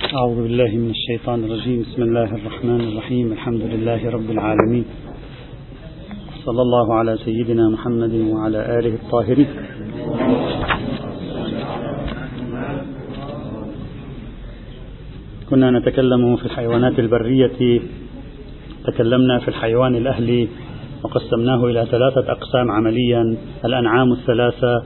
أعوذ بالله من الشيطان الرجيم. بسم الله الرحمن الرحيم. الحمد لله رب العالمين، صلى الله على سيدنا محمد وعلى آله الطاهرين. كنا نتكلم في الحيوانات البرية، تكلمنا في الحيوان الأهلي وقسمناه إلى 3 أقسام عمليا: الأنعام الثلاثة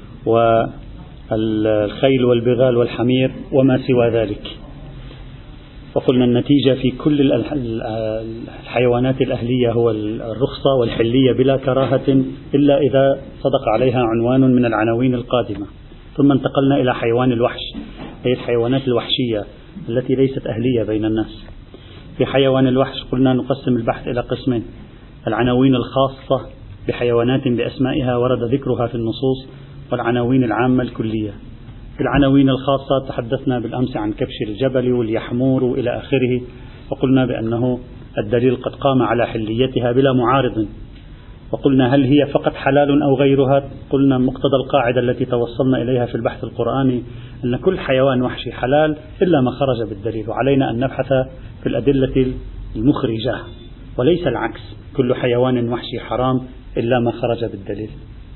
والخيل والبغال والحمير وما سوى ذلك. وقلنا النتيجة في كل الحيوانات الأهلية هو الرخصة والحلية بلا كراهة إلا إذا صدق عليها عنوان من العناوين القادمة. ثم انتقلنا إلى حيوان الوحش، هي الحيوانات الوحشية التي ليست أهلية بين الناس. في حيوان الوحش قلنا نقسم البحث إلى قسمين: العناوين الخاصة بحيوانات بأسمائها ورد ذكرها في النصوص، والعناوين العامة الكلية. في العناوين الخاصة تحدثنا بالأمس عن كبش الجبل واليحمور وإلى آخره، وقلنا بأنه الدليل قد قام على حليتها بلا معارض. وقلنا هل هي فقط حلال أو غيرها؟ قلنا مقتضى القاعدة التي توصلنا إليها في البحث القرآني أن كل حيوان وحشي حلال إلا ما خرج بالدليل، وعلينا أن نبحث في الأدلة المخرجة وليس العكس، كل حيوان وحشي حرام إلا ما خرج بالدليل.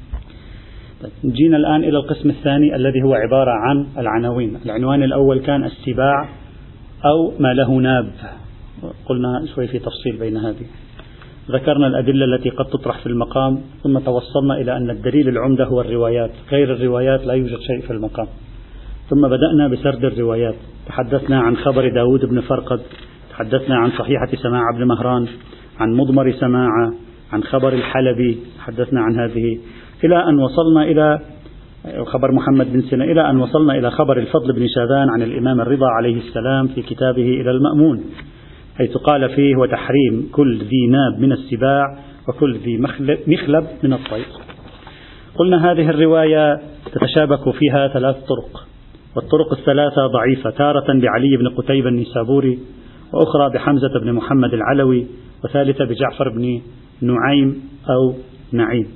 جينا الآن إلى القسم الثاني الذي هو عبارة عن العناوين. العنوان الأول كان السباع أو ما له ناب، قلنا شوي في تفصيل بين هذه. ذكرنا الأدلة التي قد تطرح في المقام، ثم توصلنا إلى أن الدليل العمدة هو الروايات، غير الروايات لا يوجد شيء في المقام. ثم بدأنا بسرد الروايات، تحدثنا عن خبر داود بن فرقد، تحدثنا عن صحيحة سماع بن مهران، عن مضمر سماعة، عن خبر الحلبي، تحدثنا عن هذه إلى أن وصلنا إلى خبر محمد بن سنة، إلى أن وصلنا إلى خبر الفضل بن شاذان عن الإمام الرضا عليه السلام في كتابه إلى المأمون، حيث قال فيه: وتحريم كل ذي ناب من السباع وكل ذي مخلب من الطير. قلنا هذه الرواية تتشابك فيها 3 طرق، والطرق ال3 ضعيفة، تارة بعلي بن قتيبة النسابوري، وأخرى بحمزة بن محمد العلوي، وثالثة بجعفر بن نعيم أو نعيم.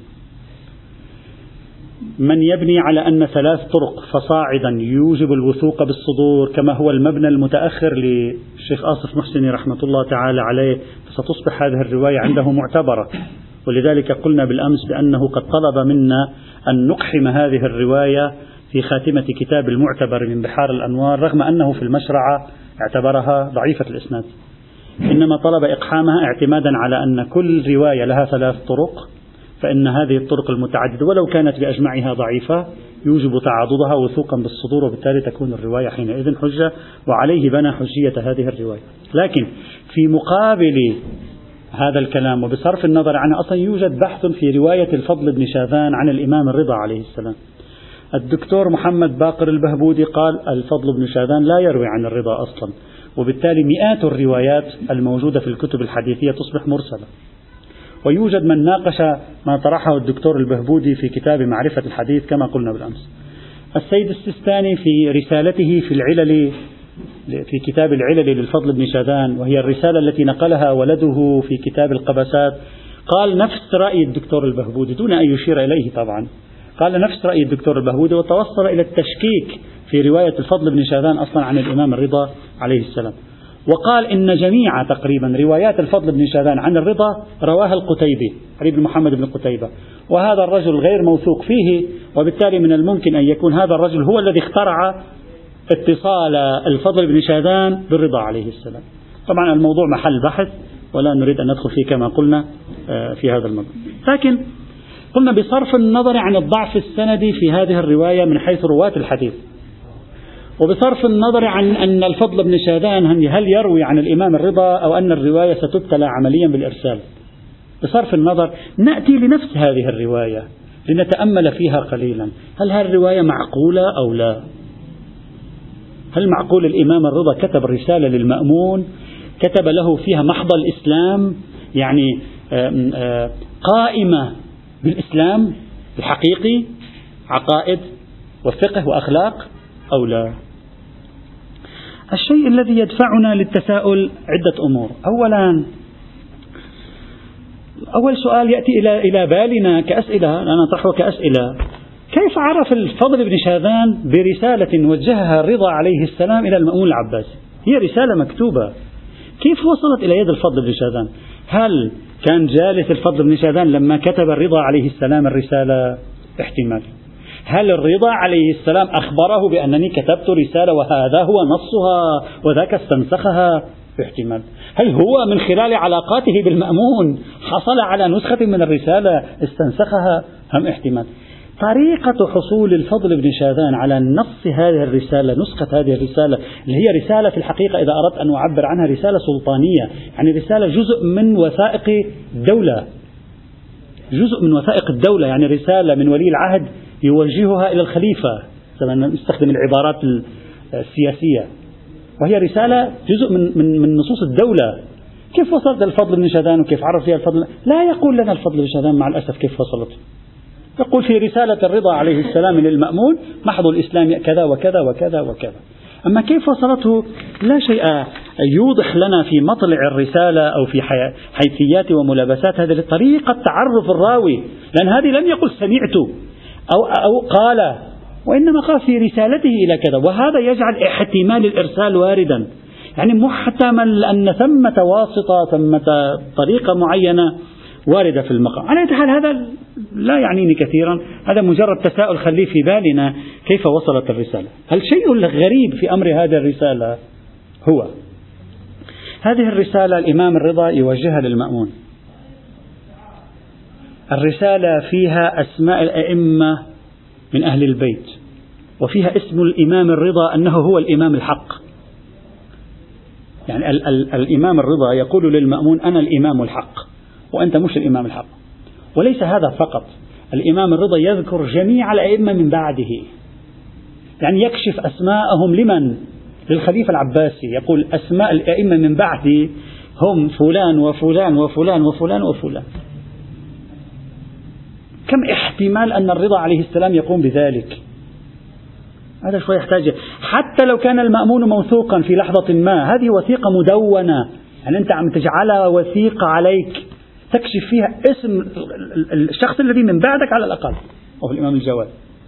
من يبني على أن 3 طرق فصاعدا يوجب الوثوق بالصدور، كما هو المبنى المتأخر للشيخ آصف محسني رحمة الله تعالى عليه، فستصبح هذه الرواية عنده معتبرة. ولذلك قلنا بالأمس بأنه قد طلب منا أن نقحم هذه الرواية في خاتمة كتاب المعتبر من بحار الأنوار، رغم أنه في المشرعة اعتبرها ضعيفة الإسناد، إنما طلب إقحامها اعتمادا على أن كل رواية لها 3 طرق، فإن هذه الطرق المتعددة ولو كانت بأجمعها ضعيفة يوجب تعاضدها وثوقا بالصدور، وبالتالي تكون الرواية حينئذ حجة، وعليه بنى حجية هذه الرواية. لكن في مقابل هذا الكلام وبصرف النظر عنه، أصلا يوجد بحث في رواية الفضل بن شاذان عن الإمام الرضا عليه السلام. الدكتور محمد باقر البهبودي قال الفضل بن شاذان لا يروي عن الرضا أصلا، وبالتالي مئات الروايات الموجودة في الكتب الحديثية تصبح مرسلة. ويوجد من ناقش ما طرحه الدكتور البهبودي في كتاب معرفة الحديث كما قلنا بالأمس. السيد السيستاني في رسالته في العلل، في كتاب العلل للفضل بن شاذان، وهي الرسالة التي نقلها ولده في كتاب القبسات، قال نفس رأي الدكتور البهبودي دون أن يشير إليه طبعا، قال نفس رأي الدكتور البهبودي، وتوصل إلى التشكيك في رواية الفضل بن شاذان أصلا عن الإمام الرضا عليه السلام. وقال إن جميع تقريبا روايات الفضل بن شاذان عن الرضا رواها القتيبي، علي بن محمد بن قتيبة، وهذا الرجل غير موثوق فيه، وبالتالي من الممكن أن يكون هذا الرجل هو الذي اخترع اتصال الفضل بن شاذان بالرضا عليه السلام. طبعا الموضوع محل بحث ولا نريد أن ندخل فيه كما قلنا في هذا الموضوع، لكن قلنا بصرف النظر عن الضعف السندي في هذه الرواية من حيث رواة الحديث، وبصرف النظر عن أن الفضل بن شاذان هل يروي عن الإمام الرضا أو أن الرواية ستبتلى عمليا بالإرسال، بصرف النظر نأتي لنفس هذه الرواية لنتأمل فيها قليلا. هل هذه الرواية معقولة أو لا؟ هل معقول الإمام الرضا كتب رسالة للمأمون كتب له فيها محض الإسلام، يعني قائمة بالإسلام الحقيقي، عقائد وفقه وأخلاق، أو لا؟ الشيء الذي يدفعنا للتساؤل عدة أمور. أول سؤال يأتي إلى بالنا كأسئلة، أنا أطرحه كأسئلة: كيف عرف الفضل بن شاذان برسالة وجهها الرضا عليه السلام إلى المأمون العباسي؟ هي رسالة مكتوبة، كيف وصلت إلى يد الفضل بن شاذان؟ هل كان جالس الفضل بن شاذان لما كتب الرضا عليه السلام الرسالة؟ احتمال. هل الرضا عليه السلام أخبره بأنني كتبت رسالة وهذا هو نصها وذاك استنسخها؟ احتمال. هل هو من خلال علاقاته بالمأمون حصل على نسخة من الرسالة استنسخها؟ هم احتمال. طريقة حصول الفضل بن شاذان على نص هذه الرسالة، نسخة هذه الرسالة اللي هي رسالة في الحقيقة إذا أردت أن أعبر عنها رسالة سلطانية، يعني رسالة جزء من وثائق الدولة، جزء من وثائق الدولة، يعني رسالة من ولي العهد يوجهها إلى الخليفة، نستخدم العبارات السياسية، وهي رسالة جزء من نصوص الدولة. كيف وصلت الفضل بن شاذان وكيف عرف فيها الفضل؟ لا يقول لنا الفضل بن شاذان مع الأسف كيف وصلت. يقول في رسالة الرضا عليه السلام للمأمون محض الإسلام كذا وكذا وكذا وكذا. أما كيف وصلته لا شيء يوضح لنا في مطلع الرسالة أو في حيثيات وملابسات هذه طريقة تعرف الراوي، لأن هذه لم يقل سمعت أو قال، وإنما قال في رسالته إلى كذا، وهذا يجعل احتمال الإرسال واردا، يعني محتمل أن ثمة واسطة، ثمة طريقة معينة واردة في المقام. على أي حال هذا لا يعنيني كثيرا، هذا مجرد تساؤل خليه في بالنا كيف وصلت الرسالة. الشيء الغريب في أمر هذه الرسالة هو هذه الرسالة الإمام الرضا يوجهها للمأمون، الرسالة فيها أسماء الأئمة من أهل البيت، وفيها اسم الإمام الرضا أنه هو الإمام الحق، يعني الإمام الرضا يقول للمأمون أنا الإمام الحق وأنت مش الإمام الحق. وليس هذا فقط، الإمام الرضا يذكر جميع الأئمة من بعده، يعني يكشف أسماءهم لمن؟ للخليفة العباسي، يقول أسماء الأئمة من بعدي هم فلان وفلان وفلان وفلان وفلان. كم احتمال أن الرضا عليه السلام يقوم بذلك؟ هذا شوي يحتاج، حتى لو كان المأمون موثوقا في لحظة ما، هذه وثيقة مدونة، يعني أنت عم تجعلها وثيقة عليك تكشف فيها اسم الشخص الذي من بعدك على الأقل، وهو الإمام الجواد.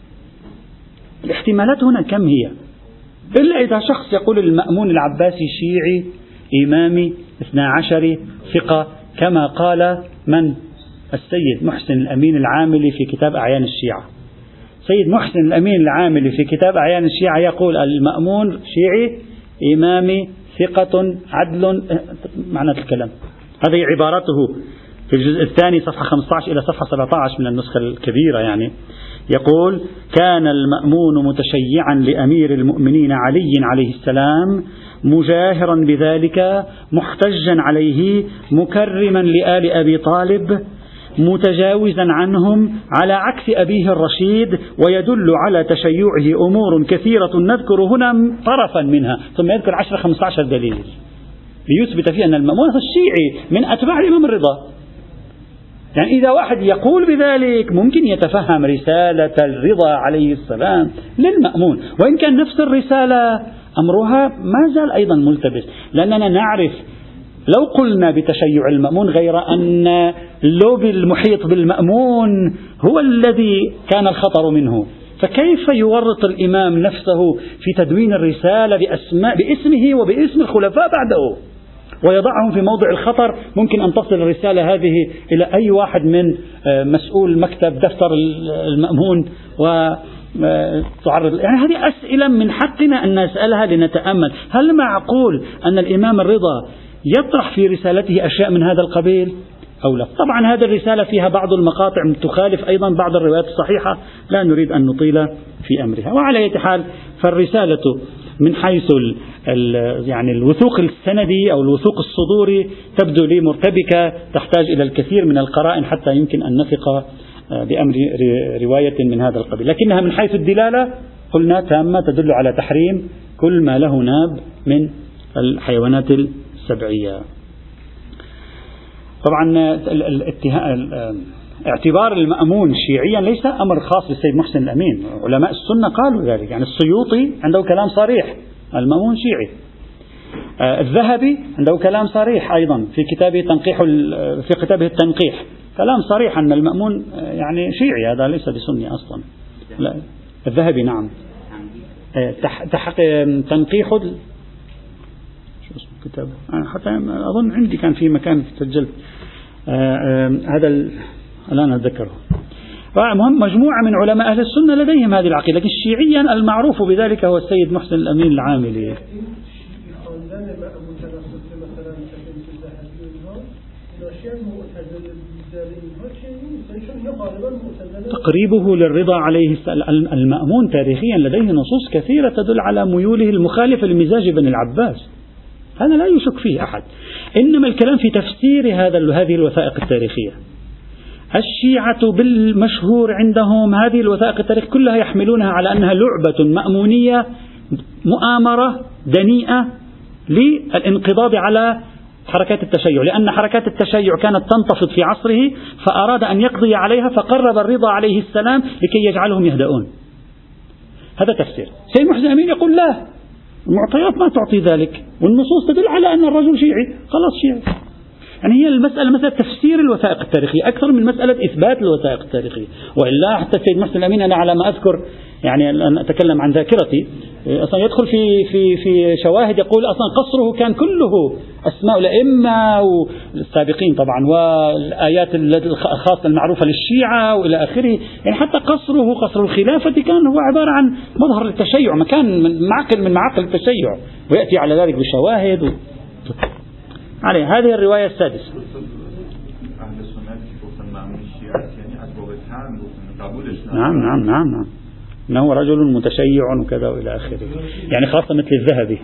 الاحتمالات هنا كم هي؟ إلا إذا شخص يقول المأمون العباسي شيعي إمامي 12 ثقة، كما قال من؟ السيد محسن الأمين العاملي في كتاب أعيان الشيعة. سيد محسن الأمين العاملي في كتاب أعيان الشيعة يقول المأمون شيعي إمامي ثقة عدل، معنى الكلام. هذه عبارته في الجزء الثاني صفحة 15 إلى صفحة 17 من النسخة الكبيرة، يعني يقول كان المأمون متشيعا لأمير المؤمنين علي عليه السلام، مجاهرا بذلك، محتجا عليه، مكرما لآل أبي طالب، متجاوزا عنهم على عكس أبيه الرشيد، ويدل على تشيعه أمور كثيرة نذكر هنا طرفا منها، ثم يذكر 10-15 دليل ليثبت فيه أن المأمون الشيعي من أتباع الإمام الرضا. يعني إذا واحد يقول بذلك ممكن يتفهم رسالة الرضا عليه السلام للمأمون، وإن كان نفس الرسالة أمرها ما زال أيضا ملتبس، لأننا نعرف لو قلنا بتشيع المأمون غير أن اللوبي المحيط بالمأمون هو الذي كان الخطر منه، فكيف يورط الإمام نفسه في تدوين الرسالة باسمه وباسم الخلفاء بعده ويضعهم في موضع الخطر؟ ممكن أن تصل الرسالة هذه إلى أي واحد من مسؤول مكتب دفتر المأمون وتعرض، يعني هذه أسئلة من حقنا أن نسألها لنتأمل. هل معقول أن الإمام الرضا يطرح في رسالته أشياء من هذا القبيل أو لا؟ طبعا هذه الرسالة فيها بعض المقاطع تخالف أيضا بعض الروايات الصحيحة، لا نريد أن نطيل في أمرها. وعلى أي حال فالرسالة من حيث يعني الوثوق السندي أو الوثوق الصدوري تبدو لي مرتبكة، تحتاج إلى الكثير من القرائن حتى يمكن أن نثق بأمر رواية من هذا القبيل، لكنها من حيث الدلالة قلنا تامة، تدل على تحريم كل ما له ناب من الحيوانات السبعية. طبعا اعتبار المأمون شيعيا ليس أمر خاص بالسيد محسن الأمين، علماء السنة قالوا ذلك، يعني السيوطي عنده كلام صريح المأمون شيعي، الذهبي عنده كلام صريح أيضا في كتابه التنقيح كلام صريح أن المأمون يعني شيعي، هذا ليس بسني أصلا. لا الذهبي نعم تنقيح شو اسمه كتابه حتى أظن عندي كان في مكان سجلت هذا الآن أتذكره. مهم مجموعة من علماء أهل السنة لديهم هذه العقيدة، لكن شيعيا المعروف بذلك هو السيد محسن الأمين العاملي. تقريبه للرضا عليه المأمون تاريخيا لديه نصوص كثيرة تدل على ميوله المخالفة لمزاج بن العباس، هذا لا يشك فيه أحد، إنما الكلام في تفسير هذه الوثائق التاريخية. الشيعة بالمشهور عندهم هذه الوثائق التاريخية كلها يحملونها على أنها لعبة مأمونية مؤامرة دنيئة للانقضاض على حركات التشيع، لأن حركات التشيع كانت تنتفض في عصره فأراد أن يقضي عليها فقرب الرضا عليه السلام لكي يجعلهم يهدؤون. هذا تفسير. سيد محسن أمين يقول لا، المعطيات ما تعطي ذلك، والنصوص تدل على أن الرجل شيعي، خلاص شيعي. يعني هي المسألة مسألة تفسير الوثائق التاريخية أكثر من مسألة إثبات الوثائق التاريخية. وإلا حتى السيد محسن الأمين أنا على ما أذكر يعني أن أتكلم عن ذاكرتي أصلا يدخل في شواهد يقول أصلا قصره كان كله أسماء الأئمة والسابقين طبعا والآيات الخاصة المعروفة للشيعة وإلى آخره. يعني حتى قصر الخلافة كان هو عبارة عن مظهر للتشيع، مكان من معاقل التشيع، ويأتي على ذلك بشواهد عليه. هذه الرواية السادسة. نعم إنه رجل متشيع وكذا وإلى آخره، يعني خاصة مثل الذهبي.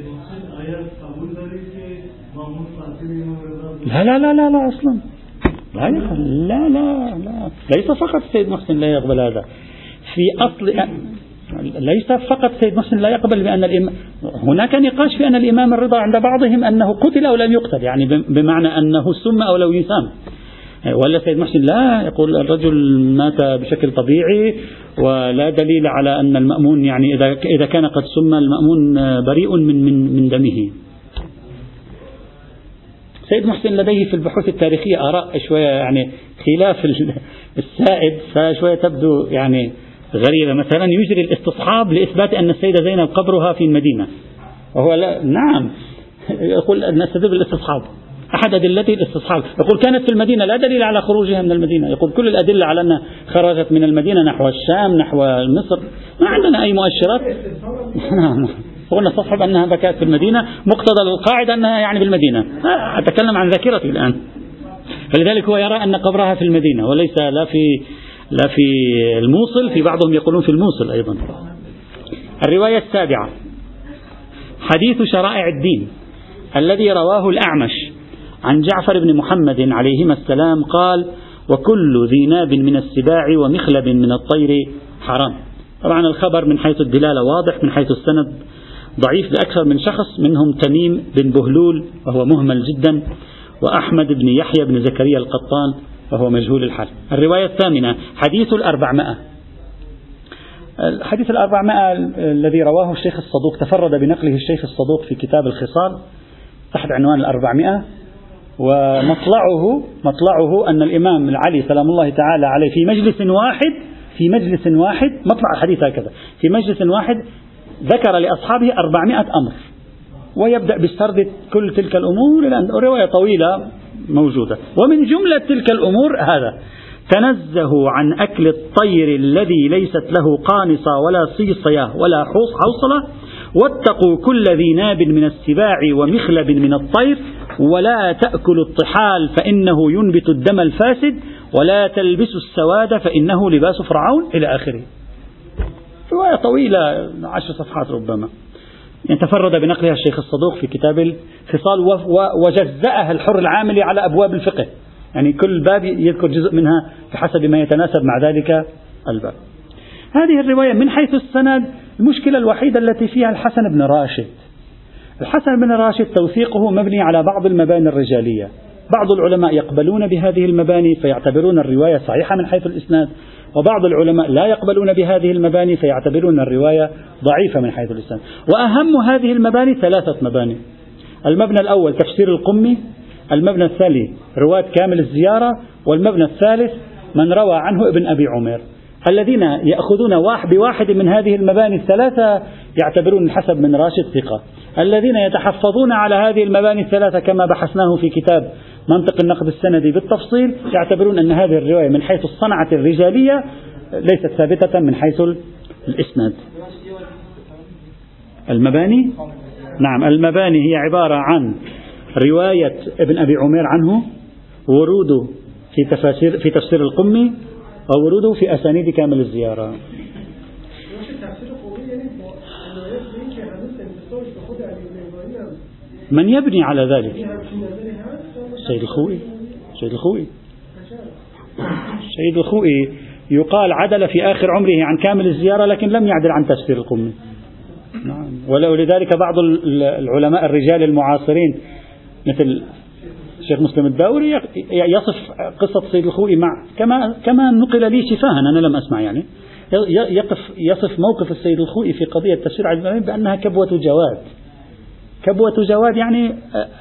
لا أصلا لا ليس فقط السيد محسن لا يقبل هذا، في أصل ليس فقط سيد محسن لا يقبل بأن هناك نقاش في أن الإمام الرضا عند بعضهم أنه قتل أو لم يقتل، يعني بمعنى أنه سم أو لو يسام، ولا سيد محسن لا يقول الرجل مات بشكل طبيعي ولا دليل على أن المأمون يعني إذا كان قد سم المأمون بريء من دمه. سيد محسن لديه في البحوث التاريخية آراء شوية يعني خلاف السائد، فشوية تبدو يعني غريبة. مثلا يجري الاستصحاب لإثبات أن السيدة زينب قبرها في المدينة، وهو لا نعم يقول نستدل بالاستصحاب، أحد أدلته الاستصحاب، يقول كانت في المدينة لا دليل على خروجها من المدينة، يقول كل الأدلة على أنها خرجت من المدينة نحو الشام نحو مصر، ما عندنا أي مؤشرات. قلنا استصحب أنها بكات في المدينة، مقتضى القاعدة أنها يعني بالمدينة. أتكلم عن ذاكرتي الآن. فلذلك هو يرى أن قبرها في المدينة وليس لا في الموصل، في بعضهم يقولون في الموصل أيضا. الرواية السابعة حديث شرائع الدين الذي رواه الأعمش عن جعفر بن محمد عليهما السلام قال: وكل ذي ناب من السباع ومخلب من الطير حرام. طبعا الخبر من حيث الدلالة واضح، من حيث السند ضعيف لأكثر من شخص، منهم تميم بن بهلول وهو مهمل جدا، وأحمد بن يحيى بن زكريا القطان وهو مجهول الحال. الرواية الثامنة حديث 400. الحديث 400 الذي رواه الشيخ الصدوق، تفرد بنقله الشيخ الصدوق في كتاب الخصال تحت عنوان 400، ومطلعه أن الإمام العلي سلام الله تعالى عليه في مجلس واحد مطلع الحديث هكذا، في مجلس واحد ذكر لأصحابه 400 أمر، ويبدأ بسرد كل تلك الأمور إلى أن رواية طويلة موجودة. ومن جملة تلك الأمور هذا: تنزهوا عن أكل الطير الذي ليست له قانصة ولا صيصية ولا حوصلة، واتقوا كل ذي ناب من السباع ومخلب من الطير، ولا تأكلوا الطحال فإنه ينبت الدم الفاسد، ولا تلبسوا السواد فإنه لباس فرعون، إلى آخره. رواية طويلة 10 صفحات ربما، يعني تفرد بنقلها الشيخ الصدوق في كتاب الخصال، وجزأها الحر العاملي على أبواب الفقه، يعني كل باب يذكر جزء منها بحسب ما يتناسب مع ذلك الباب. هذه الرواية من حيث السند المشكلة الوحيدة التي فيها الحسن بن راشد. الحسن بن راشد توثيقه مبني على بعض المباني الرجالية، بعض العلماء يقبلون بهذه المباني فيعتبرون الرواية صحيحة من حيث الإسناد، وبعض العلماء لا يقبلون بهذه المباني فيعتبرون الرواية ضعيفة من حيث الإسناد. وأهم هذه المباني 3 مباني: المبنى الأول تفسير القمي، المبنى الثاني رواة كامل الزيارة، والمبنى الثالث من روى عنه ابن أبي عمر. الذين يأخذون بواحد من هذه المباني الثلاثة يعتبرون الحسب من راشد ثقة. الذين يتحفظون على هذه المباني الثلاثة كما بحثناه في كتاب منطق النقد السندي بالتفصيل يعتبرون أن هذه الرواية من حيث الصنعة الرجالية ليست ثابتة من حيث الإسناد. المباني، نعم، المباني هي عبارة عن رواية ابن أبي عمير عنه، وروده في تفسير القمي، ووروده في أسانيد كامل الزيارة. من يبني على ذلك؟ سيد الخوئي يقال عدل في آخر عمره عن كامل الزيارة، لكن لم يعدل عن تفسير القمي. نعم. ولذلك بعض العلماء الرجال المعاصرين مثل الشيخ مسلم الداوري يصف قصة سيد الخوئي كما نقل لي شفاها، أنا لم أسمع يعني، يصف موقف السيد الخوئي في قضية تفسير عدد المباني بأنها كبوة جواد. كبوة جواد يعني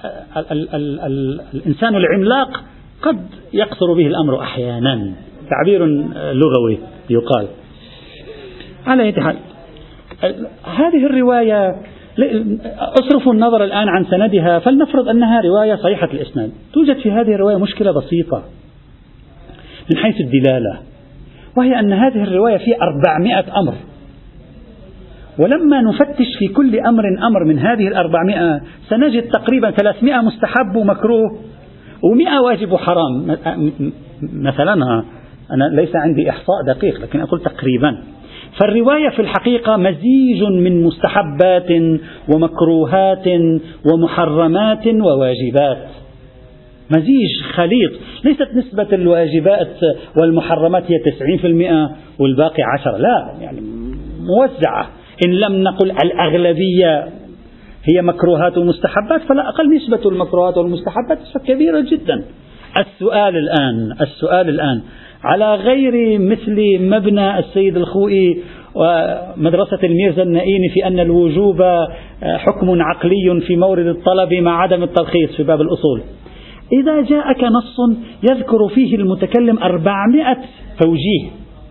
الإنسان العملاق قد يقصر به الأمر أحيانا، تعبير لغوي يقال. على أي حال هذه الرواية أصرف النظر الآن عن سندها، فلنفرض أنها رواية صحيحة الإسناد. توجد في هذه الرواية مشكلة بسيطة من حيث الدلالة، وهي أن هذه الرواية في 400 أمر، ولما نفتش في كل أمر من هذه 400 سنجد تقريبا 300 مستحب ومكروه و100 واجب وحرام مثلا. أنا ليس عندي إحصاء دقيق لكن أقول تقريبا. فالرواية في الحقيقة مزيج من مستحبات ومكروهات ومحرمات وواجبات، مزيج خليط. ليست نسبة الواجبات والمحرمات هي 90% والباقي 10، لا، يعني موزعة. إن لم نقل الأغلبية هي مكروهات ومستحبات، فلا أقل نسبة المكروهات والمستحبات كبيرة جدا. السؤال الآن على غير مثل مبنى السيد الخوئي ومدرسة الميرزا النائيني في أن الوجوب حكم عقلي في مورد الطلب مع عدم الترخيص في باب الأصول، إذا جاءك نص يذكر فيه المتكلم 400 توجيه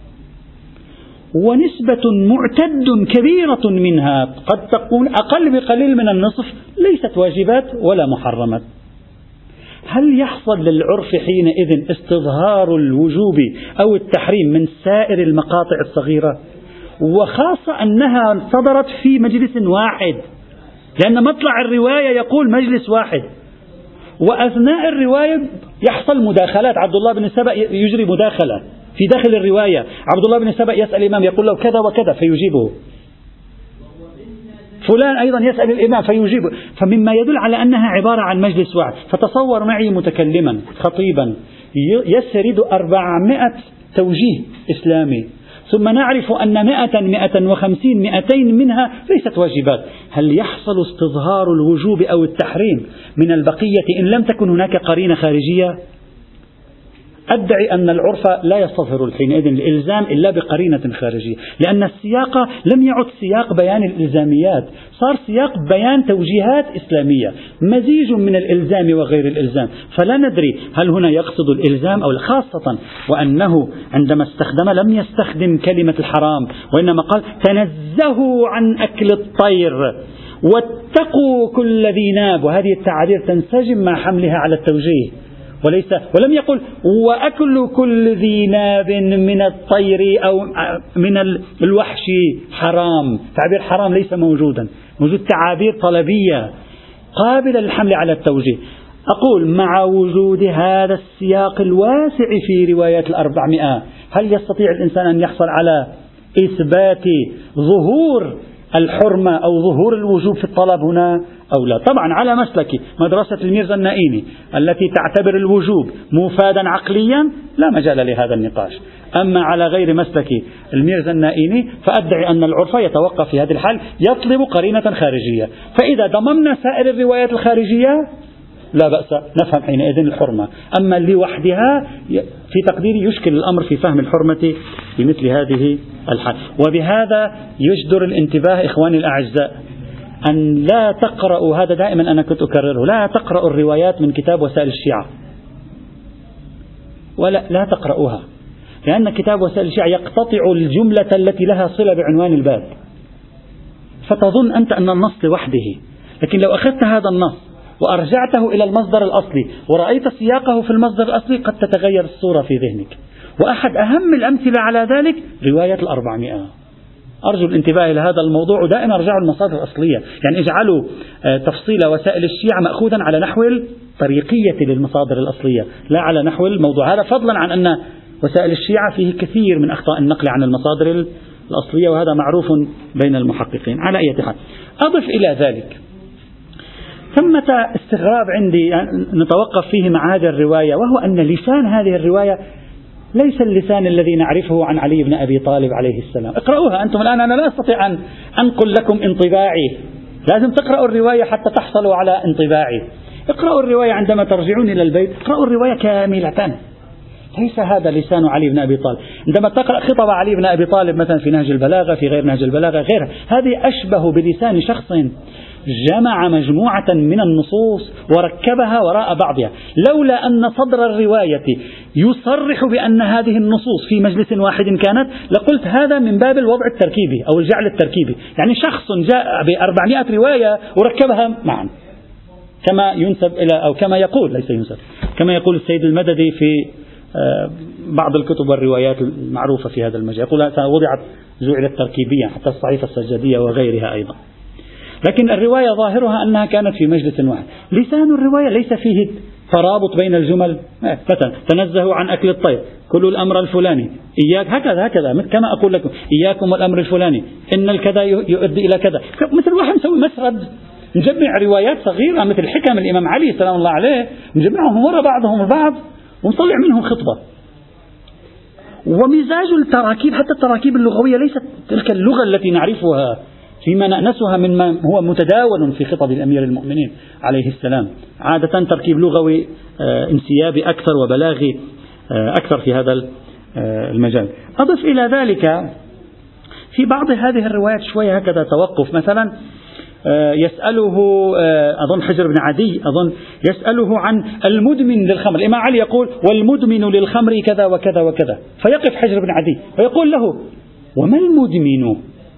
ونسبة معتد كبيرة منها قد تكون أقل بقليل من النصف ليست واجبات ولا محرمات، هل يحصل للعرف حينئذ استظهار الوجوب أو التحريم من سائر المقاطع الصغيرة، وخاصة أنها صدرت في مجلس واحد، لأن مطلع الرواية يقول مجلس واحد، وأثناء الرواية يحصل مداخلات. عبد الله بن سبأ يجري مداخلة في داخل الرواية، عبد الله بن سبأ يسأل الإمام يقول له كذا وكذا فيجيبه، فلان أيضا يسأل الإمام فيجيبه، فمما يدل على أنها عبارة عن مجلس واحد. فتصور معي متكلما خطيبا يسرد 400 توجيه إسلامي، ثم نعرف أن 100 150 200 منها ليست واجبات، هل يحصل استظهار الوجوب أو التحريم من البقية إن لم تكن هناك قرينة خارجية؟ أدعي أن العرف لا يستظهر حينئذ الإلزام إلا بقرينة خارجية، لأن السياق لم يعد سياق بيان الإلزاميات، صار سياق بيان توجيهات إسلامية، مزيج من الإلزام وغير الإلزام، فلا ندري هل هنا يقصد الإلزام أو خاصة وأنه عندما استخدم لم يستخدم كلمة الحرام، وإنما قال تنزهوا عن أكل الطير واتقوا كل ذي ناب، وهذه التعابير تنسجم مع حملها على التوجيه، ولم يقل وأكل كل ذي ناب من الطير أو من الوحش حرام. تعبير حرام ليس موجودا، موجود تعابير طلبية قابلة للحمل على التوجيه. أقول مع وجود هذا السياق الواسع في روايات 400 هل يستطيع الإنسان أن يحصل على إثبات ظهور الحرمة أو ظهور الوجوب في الطلب هنا أو لا؟ طبعا على مسلك مدرسة الميرزا النائيني التي تعتبر الوجوب مفادا عقليا لا مجال لهذا النقاش. أما على غير مسلك الميرزا النائيني فأدعي أن العرف يتوقف في هذه الحال، يطلب قرينة خارجية، فإذا ضممنا سائر الروايات الخارجية لا بأس نفهم حينئذ الحرمة. أما لوحدها في تقديري يشكل الأمر في فهم الحرمة في مثل هذه الحال. وبهذا يجدر الانتباه إخواني الأعزاء أن لا تقرأوا، هذا دائما أنا كنت أكرره، لا تقرأوا الروايات من كتاب وسائل الشيعة، ولا تقرأوها، لأن كتاب وسائل الشيعة يقتطع الجملة التي لها صلة بعنوان الباب، فتظن أنت أن النص لوحده، لكن لو أخذت هذا النص وأرجعته إلى المصدر الأصلي ورأيت سياقه في المصدر الأصلي قد تتغير الصورة في ذهنك. وأحد أهم الأمثلة على ذلك رواية 400. أرجو الانتباه إلى هذا الموضوع، ودائما ارجعوا المصادر الأصلية، يعني اجعلوا تفصيل وسائل الشيعة مأخوذا على نحو الطريقية للمصادر الأصلية لا على نحو الموضوع هذا، فضلا عن أن وسائل الشيعة فيه كثير من أخطاء النقل عن المصادر الأصلية، وهذا معروف بين المحققين. على أي حال أضف إلى ذلك ثمة استغراب عندي نتوقف فيه مع هذه الرواية، وهو أن لسان هذه الرواية ليس اللسان الذي نعرفه عن علي بن أبي طالب عليه السلام. اقرأوها أنتم الآن، أنا لا أستطيع أن أنقل لكم انطباعي، لازم تقرأوا الرواية حتى تحصلوا على انطباعي. اقرأوا الرواية عندما ترجعون إلى البيت، اقرأوا الرواية كاملة. ليس هذا لسان علي بن أبي طالب. عندما تقرأ خطب علي بن أبي طالب مثلا في نهج البلاغة، في غير نهج البلاغة غيرها، هذه أشبه بلسان شخص جمع مجموعة من النصوص وركبها وراء بعضها، لولا أن صدر الرواية يصرح بأن هذه النصوص في مجلس واحد كانت، لقلت هذا من باب الوضع التركيبي أو الجعل التركيبي، يعني شخص جاء ب400 رواية وركبها معا، كما ينسب إلى أو كما يقول، ليس ينسب، كما يقول السيد المددي في بعض الكتب والروايات المعروفة في هذا المجال، يقول وضعت جعلت تركيبيا حتى الصحيفة السجادية وغيرها أيضا. لكن الرواية ظاهرها أنها كانت في مجلس واحد. لسان الرواية ليس فيه ترابط بين الجمل، مثلا تنزهوا عن أكل الطير، كلوا الأمر الفلاني، إياك هكذا كما أقول لكم إياكم والأمر الفلاني، إن الكذا يؤدي إلى كذا، مثل واحد مسوي مسرد نجمع روايات صغيرة مثل حكم الإمام علي سلام الله عليه، نجمعهم وراء بعضهم البعض ونطلع منهم خطبة. ومزاج التراكيب، حتى التراكيب اللغوية ليست تلك اللغة التي نعرفها فيما نأنسها مما هو متداول في خطب الأمير المؤمنين عليه السلام، عادة تركيب لغوي انسيابي أكثر وبلاغي أكثر في هذا المجال. أضف إلى ذلك في بعض هذه الروايات شوية هكذا توقف، مثلا يسأله أظن حجر بن عدي يسأله عن المدمن للخمر، الإمام علي يقول والمدمن للخمر كذا وكذا وكذا، فيقف حجر بن عدي ويقول له وما المدمن؟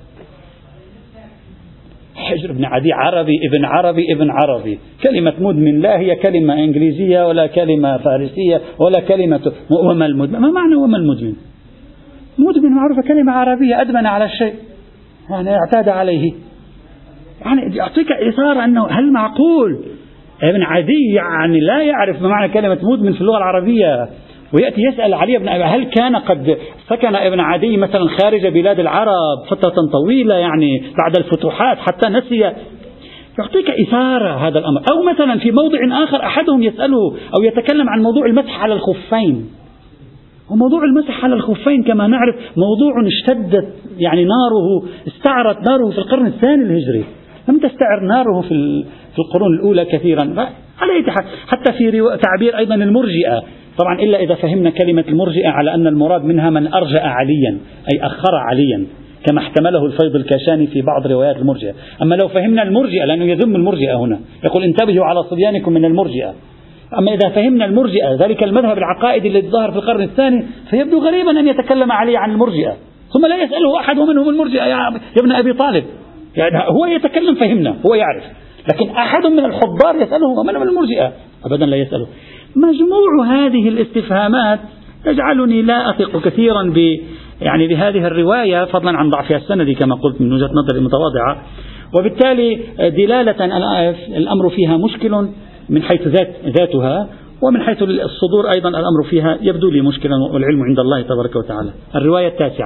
حجر بن عدي عربي ابن عربي، كلمة مدمن لا هي كلمة إنجليزية ولا كلمة فارسية ولا كلمة وما المدمن. ما معنى وما المدمن؟ مدمن معروفة كلمة عربية، أدمن على الشيء يعني اعتاد عليه، يعني يعطيك إثارة أنه هل معقول ابن عدي يعني لا يعرف ما معنى كلمة مدمن في اللغة العربية، ويأتي يسأل علي بن أبي هل كان قد سكن ابن عدي مثلا خارج بلاد العرب فترة طويلة يعني بعد الفتوحات حتى نسي، يعطيك إثارة هذا الأمر. أو مثلا في موضع آخر أحدهم يسأله أو يتكلم عن موضوع المسح على الخفين، وموضوع المسح على الخفين كما نعرف موضوع اشتدت يعني ناره استعرت ناره في القرن الثاني الهجري، لم تستعر ناره في القرون الأولى كثيرا. حتى في تعبير أيضا المرجئة، طبعا إلا إذا فهمنا كلمة المرجئة على أن المراد منها من أرجأ عليا أي أخر عليا، كما احتمله الفيض الكاشاني في بعض روايات المرجئة. أما لو فهمنا المرجئة، لأنه يذم المرجئة هنا، يقول انتبهوا على صبيانكم من المرجئة. أما إذا فهمنا المرجئة ذلك المذهب العقائدي الذي ظهر في القرن الثاني، فيبدو غريبا أن يتكلم علي عن المرجئة ثم لا يسأله أحد ومن هم المرجئة يا ابن أبي طالب، يعني هو يتكلم فهمنا هو يعرف، لكن أحد من الحضار يسأله ومن هم المرجئة أبدا لا يسأله. مجموع هذه الاستفهامات تجعلني لا أثق كثيرا يعني بهذه الرواية، فضلا عن ضعفها السندي كما قلت من وجهة نظري المتواضعة، وبالتالي دلالة الأمر فيها مشكل من حيث ذاتها، ومن حيث الصدور أيضا الأمر فيها يبدو لي مشكلا، والعلم عند الله تبارك وتعالى. الرواية التاسعة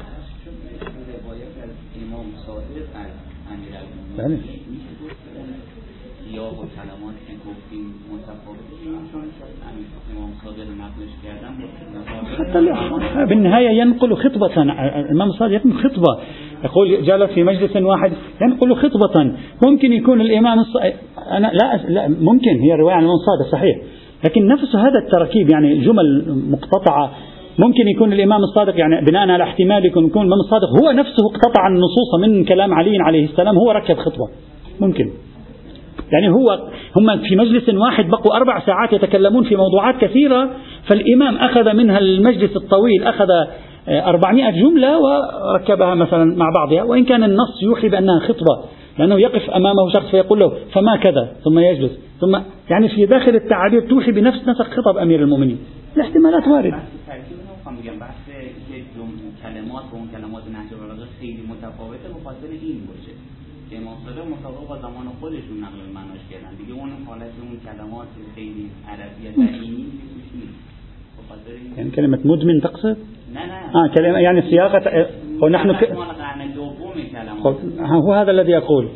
حتى بالنهاية ينقل خطبة، الإمام الصادق ينقل خطبة، يقول جلس في مجلس واحد ينقل خطبة. ممكن يكون الإمام أنا لا ممكن هي رواية عن الإمام الصادق صحيح، لكن نفس هذا التركيب يعني جمل مقتطعة، ممكن يكون الإمام الصادق يعني بناء على احتمال يكون الإمام الصادق هو نفسه اقتطع النصوص من كلام علي عليه السلام، هو ركب خطبة، ممكن يعني هم في مجلس واحد بقوا 4 ساعات يتكلمون في موضوعات كثيرة، فالإمام أخذ منها المجلس الطويل، أخذ 400 جملة وركبها مثلا مع بعضها، وإن كان النص يوحي بأنها خطبة، لأنه يقف أمامه شخص فيقول له فما كذا، ثم يجلس، ثم يعني في داخل التعابير توحي بنفس نسق خطب أمير المؤمنين. الاحتمالات واردة. امام صادق مطابق با زمان خودشون نقل معناش کردن دیگه، اون حالت اون کلمات خیلی عربی لعینی يعني كلمة مدمن تقصد؟ نه كلمة يعني صياغة ونحن هو هذا الذي يقول.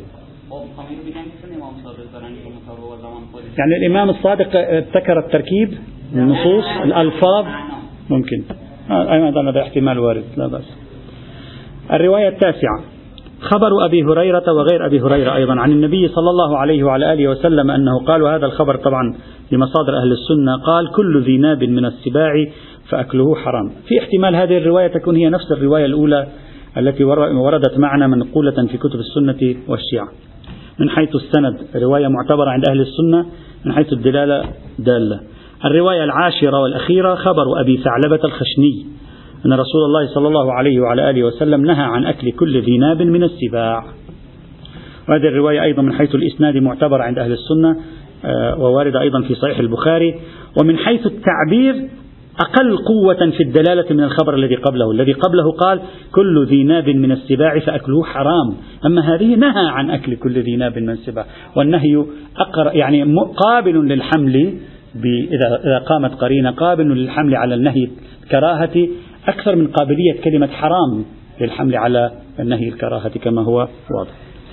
يعني الإمام الصادق ابتكر التركيب، النصوص، الألفاظ، ممكن أيضا هذا احتمال وارد لا بأس. الرواية التاسعة، خبر أبي هريرة وغير أبي هريرة أيضا عن النبي صلى الله عليه وعلى آله وسلم أنه قال، وهذا الخبر طبعا في مصادر أهل السنة، قال كل ذي ناب من السباع فأكله حرام. في احتمال هذه الرواية تكون هي نفس الرواية الأولى التي وردت معنا منقولة في كتب السنة والشيعة. من حيث السند رواية معتبرة عند أهل السنة، من حيث الدلالة دالة. الرواية العاشرة والأخيرة خبر أبي ثعلبة الخشني أن رسول الله صلى الله عليه وعلى آله وسلم نهى عن أكل كل ذي ناب من السباع. وهذه الرواية أيضا من حيث الإسناد معتبرة عند أهل السنة، وواردة أيضا في صحيح البخاري. ومن حيث التعبير أقل قوة في الدلالة من الخبر الذي قبله. الذي قبله قال كل ذي ناب من السباع فأكله حرام، أما هذه نهى عن أكل كل ذي ناب من السباع، والنهي يعني قابل للحمل إذا قامت قرينة، قابل للحمل على النهي الكراهة أكثر من قابلية كلمة حرام للحمل على النهي الكراهة كما هو واضح.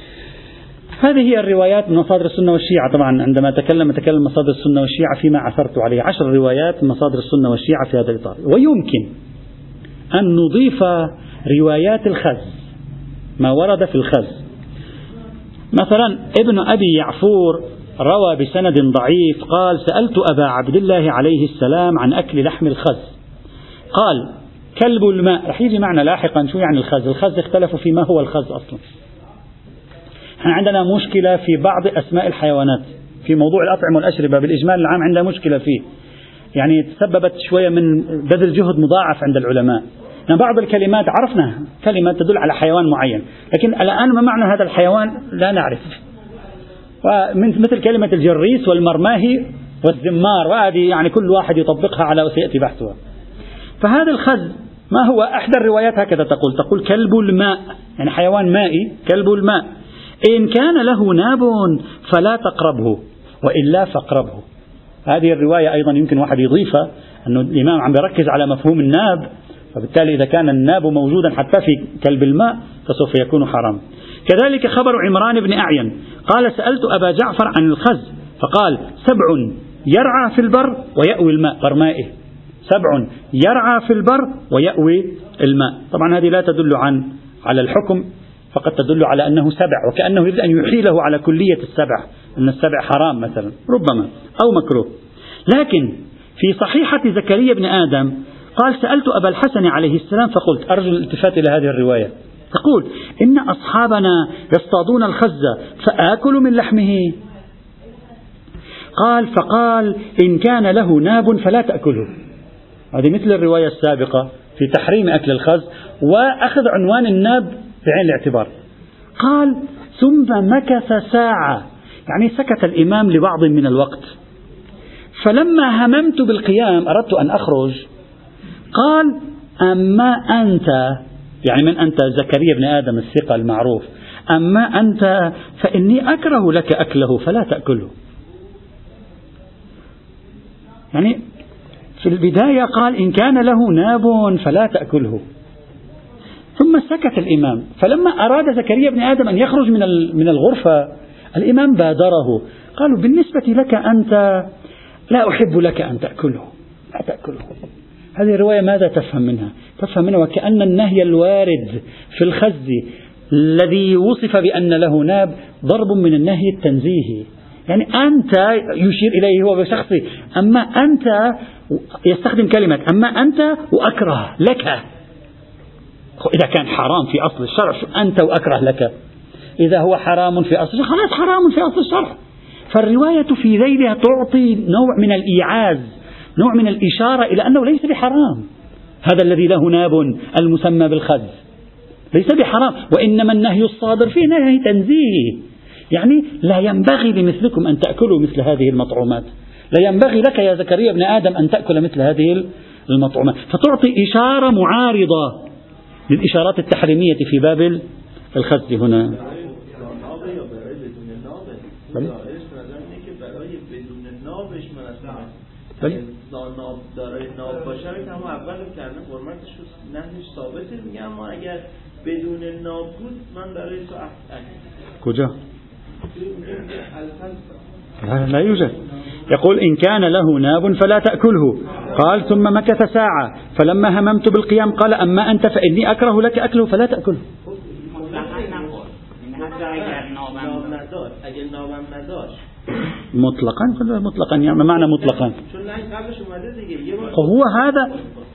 هذه هي الروايات من مصادر السنة والشيعة. طبعا عندما تكلم مصادر السنة والشيعة فيما عثرت عليه 10 روايات من مصادر السنة والشيعة في هذا الإطار. ويمكن أن نضيف روايات الخز، ما ورد في الخز. مثلا ابن أبي يعفور روى بسند ضعيف قال سألت أبا عبد الله عليه السلام عن أكل لحم الخز، قال كلب الماء. رح يجي معنا لاحقا شو يعني الخز. الخز اختلفوا في ما هو الخز أصلا. احنا عندنا مشكلة في بعض أسماء الحيوانات، في موضوع الأطعمة والأشربة بالإجمال العام عندنا مشكلة فيه، يعني تسببت شوية من بذل جهد مضاعف عند العلماء. بعض الكلمات عرفنا كلمة تدل على حيوان معين، لكن الآن ما معنى هذا الحيوان لا نعرف. مثل كلمة الجريس والمرماهي والزمار، وهذه يعني كل واحد يطبقها على وسيأتي بحثها. فهذا الخز ما هو؟ أحد الروايات هكذا تقول كلب الماء، يعني حيوان مائي كلب الماء، إن كان له ناب فلا تقربه وإلا فاقربه. هذه الرواية أيضا يمكن واحد يضيفها، أنه الإمام عم يركز على مفهوم الناب، فبالتالي إذا كان الناب موجودا حتى في كلب الماء فسوف يكون حرام. كذلك خبر عمران بن أعين قال سألت أبا جعفر عن الخز فقال 7 يرعى في البر ويأوي الماء، برمائه 7 يرعى في البر ويأوي الماء. طبعا هذه لا تدل على الحكم، فقد تدل على أنه 7، وكأنه يريد أن يحيله على كلية 7، أن 7 حرام مثلا ربما أو مكروه. لكن في صحيحة زكريا بن آدم قال سألت أبا الحسن عليه السلام فقلت، أرجو الالتفات إلى هذه الرواية، تقول إن أصحابنا يصطادون الخز فآكل من لحمه، فقال إن كان له ناب فلا تأكله. هذه مثل الرواية السابقة في تحريم أكل الخز وأخذ عنوان الناب بعين الاعتبار. قال ثم مكث ساعة، يعني سكت الإمام لبعض من الوقت، فلما هممت بالقيام أردت أن أخرج قال أما أنت، يعني من أنت؟ زكريا بن آدم الثقة المعروف، أما أنت فإني أكره لك أكله فلا تأكله. يعني في البداية قال إن كان له ناب فلا تأكله، ثم سكت الإمام. فلما أراد زكريا بن آدم أن يخرج من الغرفة الإمام بادره، قالوا بالنسبة لك أنت لا أحب لك أن تأكله، لا تأكله. هذه الرواية ماذا تفهم منها؟ تفهم منها وكأن النهي الوارد في الخز الذي وصف بأن له ناب ضرب من النهي التنزيهي، يعني أنت يشير إليه هو بشخصه، أما أنت يستخدم كلمة أما أنت وأكره لك. إذا كان حرام في أصل الشرع أنت وأكره لك، إذا هو حرام في أصل الشرع خلاص حرام في أصل الشرع. فالرواية في ذيلها تعطي نوع من الإيعاز، نوع من الإشارة إلى أنه ليس بحرام هذا الذي له ناب المسمى بالخذ، ليس بحرام، وإنما النهي الصادر فيه نهي تنزيه. يعني لا ينبغي لمثلكم أن تأكلوا مثل هذه المطعومات، لا ينبغي لك يا زكريا ابن آدم أن تأكل مثل هذه المطعومات، فتعطي إشارة معارضة للإشارات التحريمية في باب الخذ هنا. کجا؟ لا يوجد. يقول إن كان له ناب فلا تأكله. قال ثم مكث ساعة فلما هممت بالقيام قال أما أنت فإني أكره لك أكله فلا تأكله. مطلقا يعني معنى مطلقا هو هذا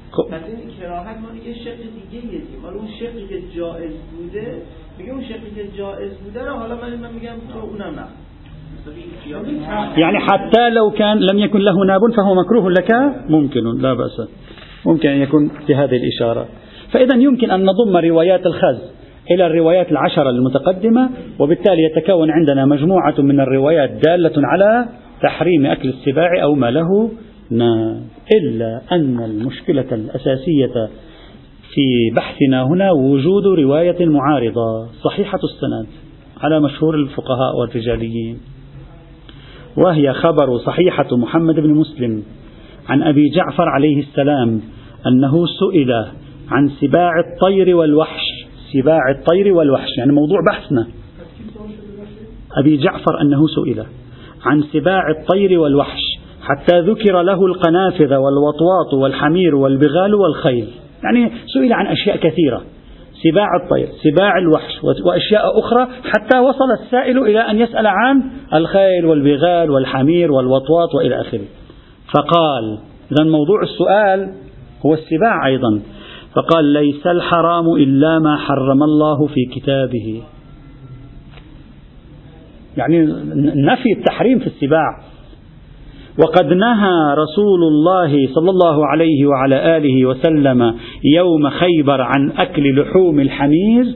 يعني حتى لو كان لم يكن له ناب فهو مكروه لك ممكن لا بأس، ممكن أن يكون بهذه الإشارة. فإذا يمكن أن نضم روايات الخذ إلى الروايات العشرة المتقدمة، وبالتالي يتكون عندنا مجموعة من الروايات دالة على تحريم أكل السباع أو ما له ناب. إلا أن المشكلة الأساسية في بحثنا هنا وجود رواية معارضة صحيحة السند على مشهور الفقهاء والرجاليين، وهي خبر صحيحة محمد بن مسلم عن أبي جعفر عليه السلام أنه سئل عن سباع الطير والوحش. سباع الطير والوحش يعني موضوع بحثنا. أبي جعفر أنه سئل عن سباع الطير والوحش حتى ذكر له القنافذ والوطواط والحمير والبغال والخيل، يعني سئل عن أشياء كثيرة، سباع الطير، سباع الوحش، وأشياء أخرى، حتى وصل السائل إلى أن يسأل عن الخيل والبغال والحمير والوطواط وإلى آخره. فقال إذن موضوع السؤال هو السباع أيضا، فقال ليس الحرام إلا ما حرم الله في كتابه، يعني نفي التحريم في السباع. وقد نهى رسول الله صلى الله عليه وعلى آله وسلم يوم خيبر عن أكل لحوم الحمير،